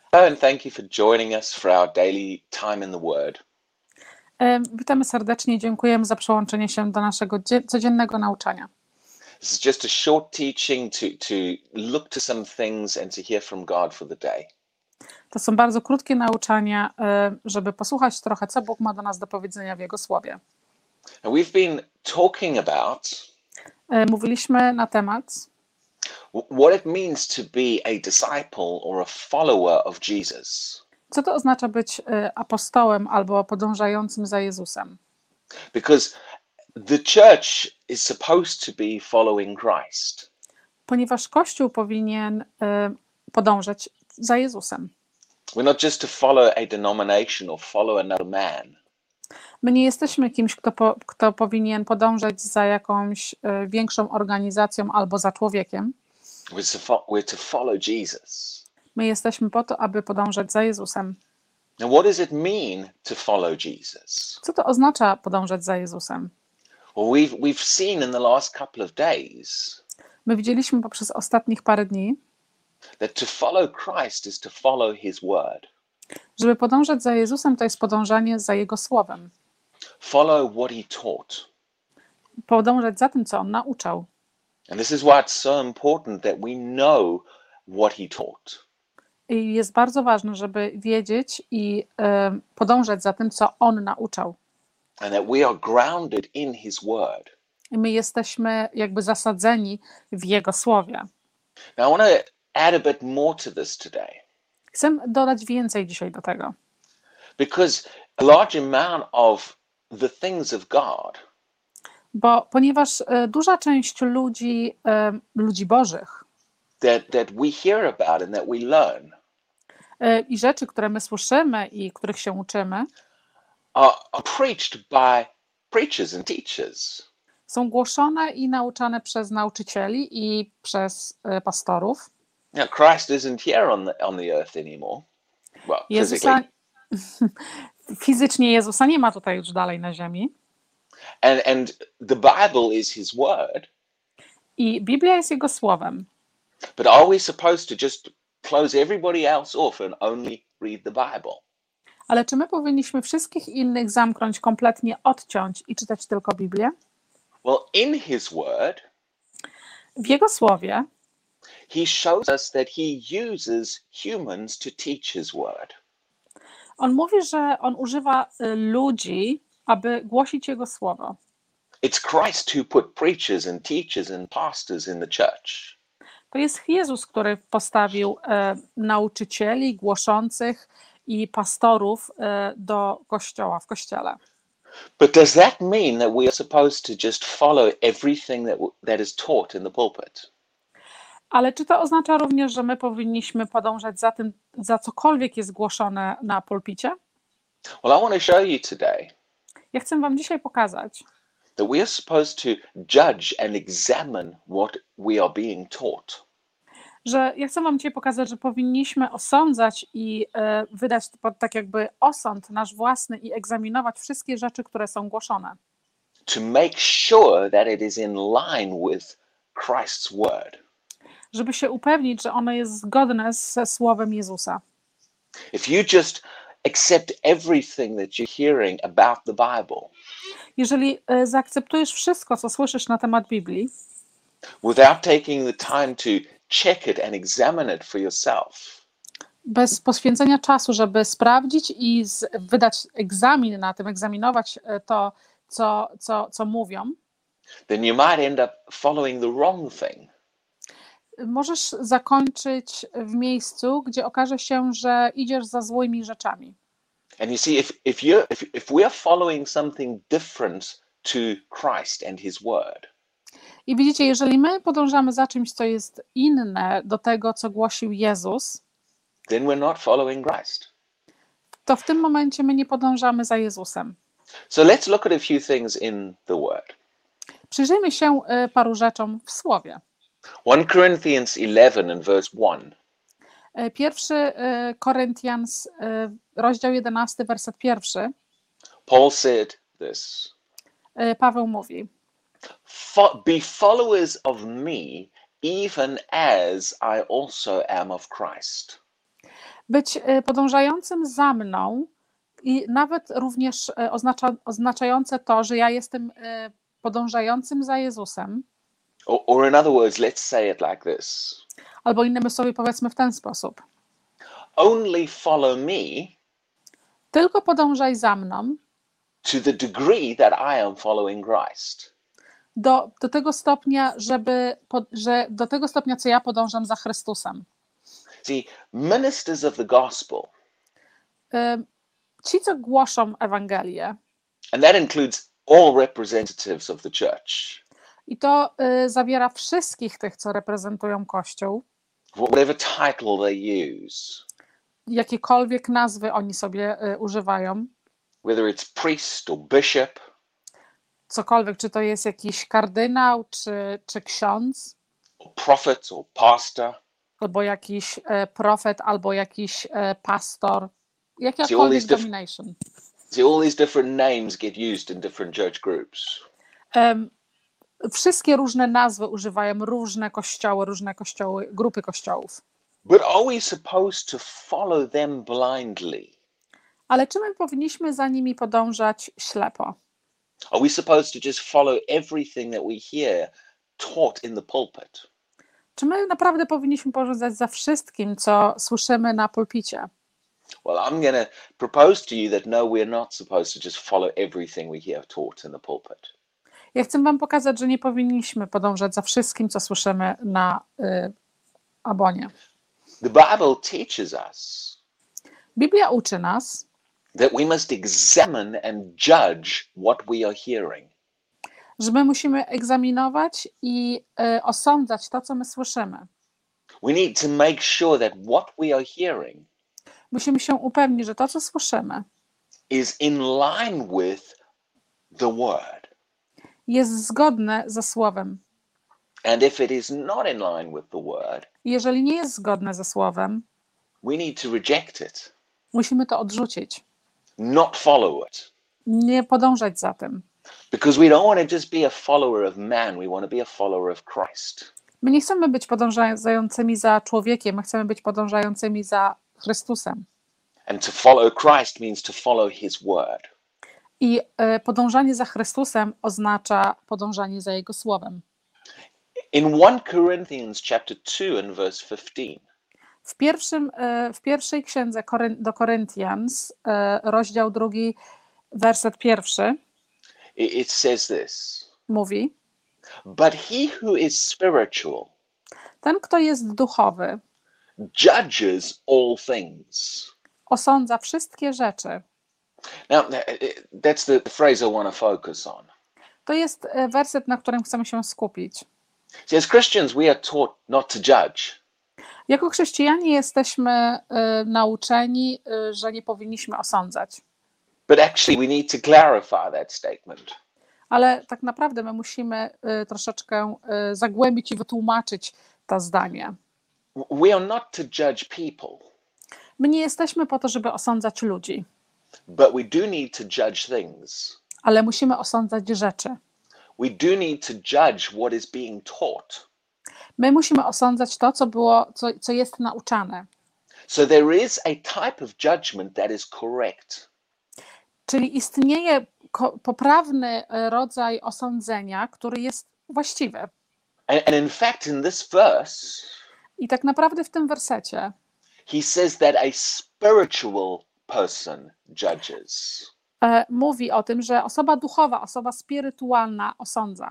Hello, and thank you for joining us for our daily time in the Word. Witamy serdecznie, dziękujemy za przyłączenie się do naszego codziennego nauczania. This is just a short teaching to look to some things and to hear from God for the day. To są bardzo krótkie nauczania, żeby posłuchać trochę, co Bóg ma do nas do powiedzenia w Jego Słowie. And we've been talking about Mówiliśmy na temat, what it means to be a disciple or a follower of Jesus. co to oznacza być apostołem albo podążającym za Jezusem. Because the church is supposed to be following Christ. Ponieważ Kościół powinien podążać za Jezusem. We're not just to follow a denomination or follow another man. My nie jesteśmy kimś, kto powinien podążać za jakąś większą organizacją albo za człowiekiem. We're to follow Jesus. My jesteśmy po to, aby podążać za Jezusem. Now, what does it mean to follow Jesus? Co to oznacza podążać za Jezusem? Well, we've seen in the last couple of days My widzieliśmy poprzez ostatnich parę dni, that to follow Christ is to follow his word. żeby podążać za Jezusem, to jest podążanie za Jego Słowem. Follow what he taught. Podążać za tym, co On nauczał. And this is why it's so important that we know what he taught. I jest bardzo ważne, żeby wiedzieć i podążać za tym, co On nauczał. And that we are grounded in his word. I my jesteśmy jakby zasadzeni w Jego Słowie. Now, I want to add a bit more to this today. Chcę dodać więcej dzisiaj do tego. Because a large amount of the things of God Ponieważ duża część ludzi Bożych that we hear about and that we learn i rzeczy, które my słyszymy i których się uczymy, are preached by preachers and teachers. są głoszone i nauczane przez nauczycieli i przez pastorów. Now, Christ isn't here on the earth anymore. Well, physically. Fizycznie Jezusa nie ma tutaj już dalej na ziemi. And the Bible is his word. I Biblia jest Jego słowem. But are we supposed to just close everybody else off and only read the Bible? Ale czy my powinniśmy wszystkich innych zamknąć, kompletnie odciąć i czytać tylko Biblię? Well, in his word, W Jego słowie he shows us that he uses humans to teach his word. On mówi, że On używa ludzi, aby głosić Jego słowo. It's Christ who put preachers and teachers and pastors in the church. To jest Jezus, który postawił nauczycieli, głoszących i pastorów do kościoła, w kościele. But does that mean that we are supposed to just follow everything that is taught in the pulpit? Ale czy to oznacza również, że my powinniśmy podążać za tym, za cokolwiek jest głoszone na pulpicie? Well, I want to show you today Ja chcę wam dzisiaj pokazać, that we are supposed to judge and examine what we are being taught. że ja chcę wam dzisiaj pokazać, że powinniśmy osądzać i wydać tak jakby osąd nasz własny i egzaminować wszystkie rzeczy, które są głoszone. To make sure that it is in line with Christ's word. Żeby się upewnić, że ono jest zgodne ze słowem Jezusa. If you just accept everything that you're hearing about the Bible, Jeżeli zaakceptujesz wszystko, co słyszysz na temat Biblii, without taking the time to check it and examine it for yourself, bez poświęcenia czasu, żeby sprawdzić i wydać egzamin na tym, egzaminować to, co mówią, then you might end up following the wrong thing. możesz zakończyć w miejscu, gdzie okaże się, że idziesz za złymi rzeczami. And you see, if we are following something different to Christ and his word, I widzicie, jeżeli my podążamy za czymś, co jest inne do tego, co głosił Jezus, then we're not following Christ. to w tym momencie my nie podążamy za Jezusem. So let's look at a few things in the word. Przyjrzyjmy się paru rzeczom w Słowie. 1 Corinthians 11 and verse 1. 1 Koryntian, rozdział 11, werset 1. Paul said this. Paweł mówi: Be followers of me, even as I also am of Christ. Być podążającym za mną i nawet również oznaczające to, że ja jestem podążającym za Jezusem. Or in other words, let's say it like this. Albo innymi słowy powiedzmy w ten sposób. Only follow me Tylko podążaj za mną to the degree that I am following Christ. do tego stopnia, że do tego stopnia, co ja podążam za Chrystusem. See, ministers of the gospel, Ci, co głoszą Ewangelię, and that includes all representatives of the church, i to zawiera wszystkich tych, co reprezentują Kościół, whatever title they use, jakiekolwiek nazwy oni sobie używają, whether it's priest or bishop, cokolwiek, czy to jest jakiś kardynał, czy ksiądz, or prophet or pastor, albo jakiś profet, albo jakiś pastor, all jakakolwiek these domination. see, all these different names get used in different church groups. Wszystkie różne nazwy używają różne kościoły, grupy kościołów. But are we supposed to follow them blindly? Ale czy my powinniśmy za nimi podążać ślepo? Are we supposed to just follow everything that we hear taught in the pulpit? Czy my naprawdę powinniśmy podążać za wszystkim, co słyszymy na pulpicie? Well, I'm going to propose to you that no, we're not supposed to just follow everything we hear taught in the pulpit. Ja chcę wam pokazać, że nie powinniśmy podążać za wszystkim, co słyszymy na abonie. The Bible teaches us Biblia uczy nas, that we must examine and judge what we are hearing. że my musimy egzaminować i osądzać to, co my słyszymy. We need to make sure that what we are hearing Musimy się upewnić, że to, co słyszymy, is in line with the word. jest zgodne ze Słowem. And if it is not in line with the word, Jeżeli nie jest zgodne ze Słowem, we need to reject it, musimy to odrzucić, not follow it. nie podążać za tym. Because we don't want to just be a follower of man, we want to be a follower of Christ. My nie chcemy być podążającymi za człowiekiem, my chcemy być podążającymi za Chrystusem. And to follow Christ means to follow his word. I podążanie za Chrystusem oznacza podążanie za Jego Słowem. In 1 Corinthians chapter 2 and verse 15, W pierwszej księdze do Koryntians, rozdział 2, werset 1, it says this, mówi: but he who is spiritual ten, kto jest duchowy, judges all things. osądza wszystkie rzeczy. Now, that's the phrase I want to focus on. To jest werset, na którym chcemy się skupić. See, as Christians, we are taught not to judge. Jako chrześcijanie jesteśmy nauczeni, że nie powinniśmy osądzać. But actually, we need to clarify that statement. Ale tak naprawdę my musimy troszeczkę zagłębić i wytłumaczyć to zdanie. We are not to judge people, My nie jesteśmy po to, żeby osądzać ludzi, but we do need to judge things. ale musimy osądzać rzeczy. We do need to judge what is being taught. My musimy osądzać to, co jest nauczane. So there is a type of judgment that is correct. Czyli istnieje poprawny rodzaj osądzenia, który jest właściwy. And in fact, in this verse, I tak naprawdę w tym wersecie he says that a spiritual person judges. Mówi o tym, że osoba duchowa, osoba spirytualna osądza.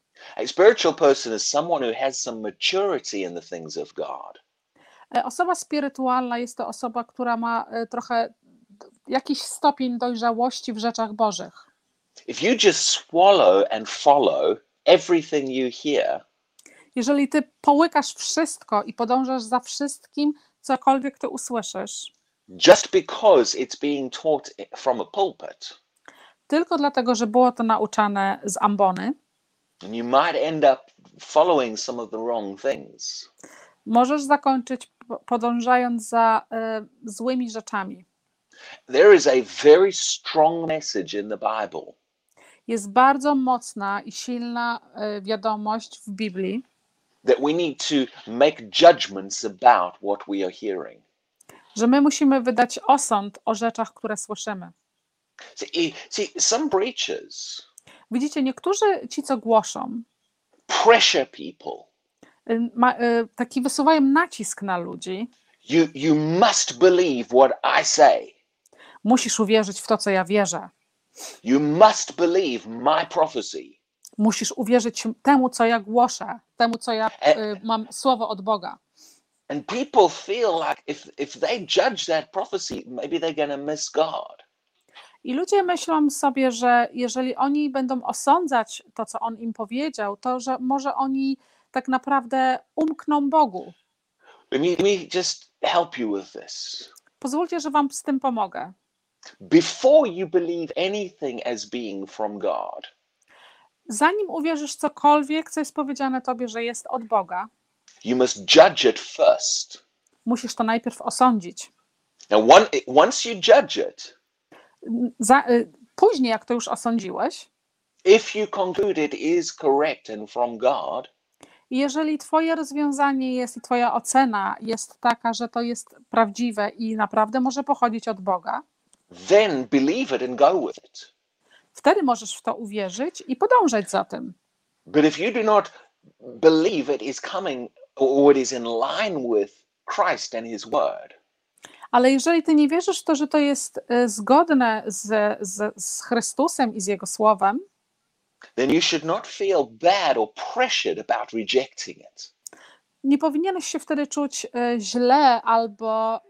A spiritual person is someone who has some maturity in the things of God. Osoba spirytualna jest to osoba, która ma trochę jakiś stopień dojrzałości w rzeczach bożych. If you just swallow and follow everything you hear, Jeżeli ty połykasz wszystko i podążasz za wszystkim, cokolwiek ty usłyszysz, just because it's being taught from a pulpit, tylko dlatego, że było to nauczane z ambony, and you might end up following some of the wrong things. możesz zakończyć podążając za złymi rzeczami. There is a very strong message in the Bible Jest bardzo mocna i silna wiadomość w Biblii, that we need to make judgments about what we are hearing. że my musimy wydać osąd o rzeczach, które słyszymy. See, some preachers Widzicie, niektórzy ci, co głoszą, pressure people. taki wysuwają nacisk na ludzi. You must believe what I say. Musisz uwierzyć w to, co ja wierzę. You must believe my prophecy. Musisz uwierzyć temu, co ja głoszę, temu, co ja mam słowo od Boga. And people feel like if they judge that prophecy, maybe they're going to miss God. I ludzie myślą sobie, że jeżeli oni będą osądzać to, co On im powiedział, to że może oni tak naprawdę umkną Bogu. Let me just help you with this. Pozwólcie, że wam z tym pomogę. Before you believe anything as being from God, Zanim uwierzysz cokolwiek, co jest powiedziane tobie, że jest od Boga, you must judge it first. musisz to najpierw osądzić. Now, once you judge it, Później, jak to już osądziłeś, if you conclude it is correct and from God, jeżeli twoje rozwiązanie jest i twoja ocena jest taka, że to jest prawdziwe i naprawdę może pochodzić od Boga, then believe it and go with it. wtedy możesz w to uwierzyć i podążać za tym. But if you do not believe it is coming or it is in line with Christ and his word, Ale jeżeli ty nie wierzysz w to, że to jest zgodne z Chrystusem i z Jego Słowem, then you should not feel bad or pressured about rejecting it. nie powinieneś się wtedy czuć źle albo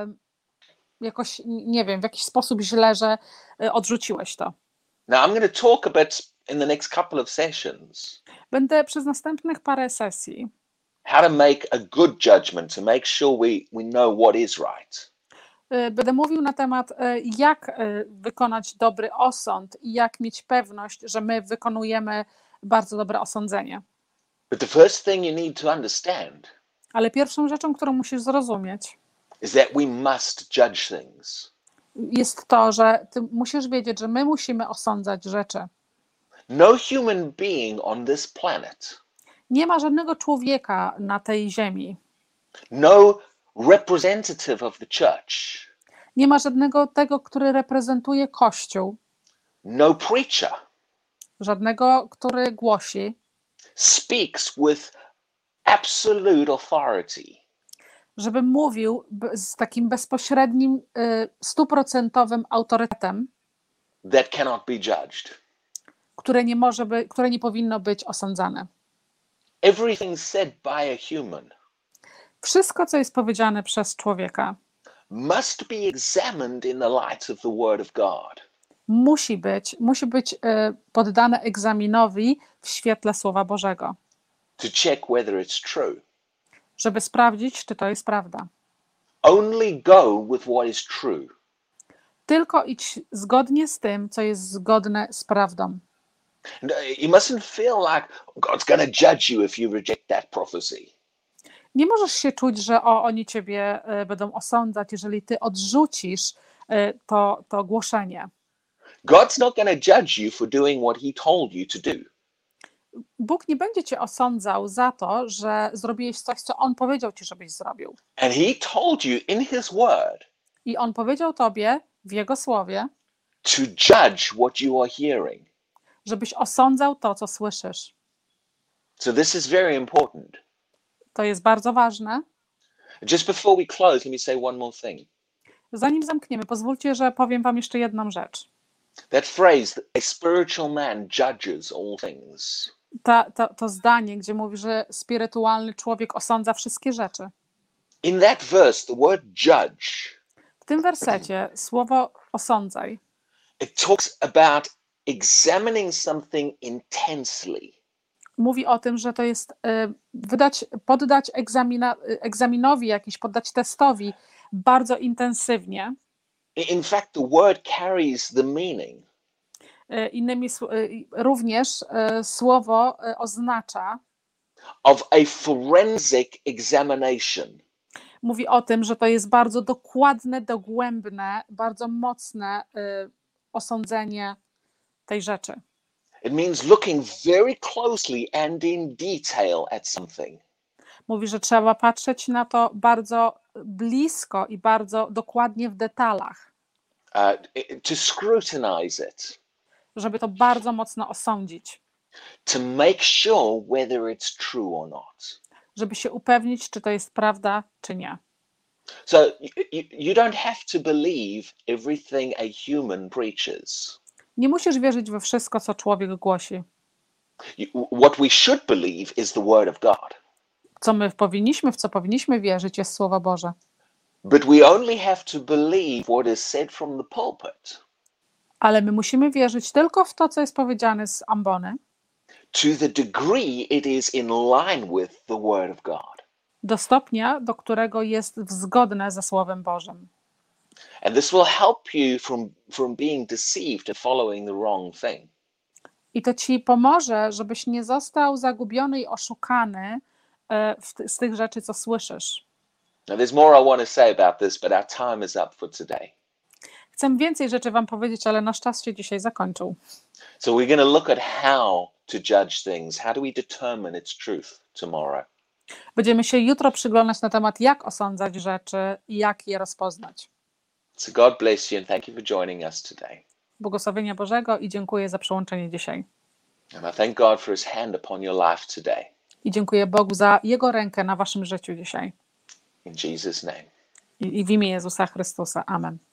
jakoś, nie wiem, w jakiś sposób źle, że odrzuciłeś to. Now, I'm going to talk about in the next couple of sessions Będę przez następnych parę sesji how to make a good judgment, to make sure we know what is right. Będę mówił na temat, jak wykonać dobry osąd i jak mieć pewność, że my wykonujemy bardzo dobre osądzenie. But the first thing you need to understand Ale pierwszą rzeczą, którą musisz zrozumieć, is that we must judge things. jest to, że ty musisz wiedzieć, że my musimy osądzać rzeczy. No human being on this planet, Nie ma żadnego człowieka na tej ziemi, no representative of the church, nie ma żadnego tego, który reprezentuje Kościół, no preacher żadnego, który głosi, speaks with absolute authority żeby mówił z takim bezpośrednim, 100% autorytetem, that cannot be judged. które nie powinno być osądzane. Everything said by a human Wszystko, co jest powiedziane przez człowieka, must be examined in the light of the Word of God. musi być poddane egzaminowi w świetle Słowa Bożego, To check whether it's true. żeby sprawdzić, czy to jest prawda. Only go with what is true. Tylko idź zgodnie z tym, co jest zgodne z prawdą. You mustn't feel like God's going to judge you if you reject that prophecy. Nie możesz się czuć, że oni ciebie będą osądzać, jeżeli ty odrzucisz to głoszenie. God's not going to judge you for doing what he told you to do. Bóg nie będzie cię osądzał za to, że zrobiłeś coś, co On powiedział ci, żebyś zrobił. And he told you in his word I On powiedział tobie w Jego Słowie, to judge what you are hearing. żebyś osądzał to, co słyszysz. So this is very important. To jest bardzo ważne. Just before we close, let me say one more thing. Zanim zamkniemy, pozwólcie, że powiem wam jeszcze jedną rzecz. That phrase, a spiritual man judges all things. To zdanie, gdzie mówi, że spirytualny człowiek osądza wszystkie rzeczy. In that verse, the word judge, W tym wersecie słowo osądzaj it talks about examining something intensely. mówi o tym, że to jest poddać egzaminowi jakiś, poddać testowi bardzo intensywnie. In fact, the word carries the meaning Również słowo oznacza, of a forensic examination. mówi o tym, że to jest bardzo dokładne, dogłębne, bardzo mocne osądzenie tej rzeczy. It means looking very closely and in detail at something. Mówi, że trzeba patrzeć na to bardzo blisko i bardzo dokładnie w detalach, to scrutinize it, żeby to bardzo mocno osądzić, to make sure whether it's true or not. żeby się upewnić, czy to jest prawda, czy nie. So you don't have to believe everything a human preaches. Nie musisz wierzyć we wszystko, co człowiek głosi. What we should believe is the word of God. W co powinniśmy wierzyć, jest Słowo Boże. But we only have to believe what is said from the pulpit. Ale my musimy wierzyć tylko w to, co jest powiedziane z ambony, To the degree it is in line with the word of God. do stopnia, do którego jest zgodne ze Słowem Bożym. And this will help you from being deceived and following the wrong thing. I to ci pomoże, żebyś nie został zagubiony i oszukany z tych rzeczy, co słyszysz. Now there's more I want to say about this, but our time is up for today. Chcę więcej rzeczy wam powiedzieć, ale nasz czas się dzisiaj zakończył. So we're going to look at how to judge things. How do we determine its truth tomorrow? Będziemy się jutro przyglądać na temat, jak osądzać rzeczy i jak je rozpoznać. So God bless you and thank you for joining us today. Błogosławienia Bożego i dziękuję za przyłączenie dzisiaj. And I thank God for his hand upon your life today. I dziękuję Bogu za Jego rękę na waszym życiu dzisiaj. In Jesus' name. I w imię Jezusa Chrystusa. Amen.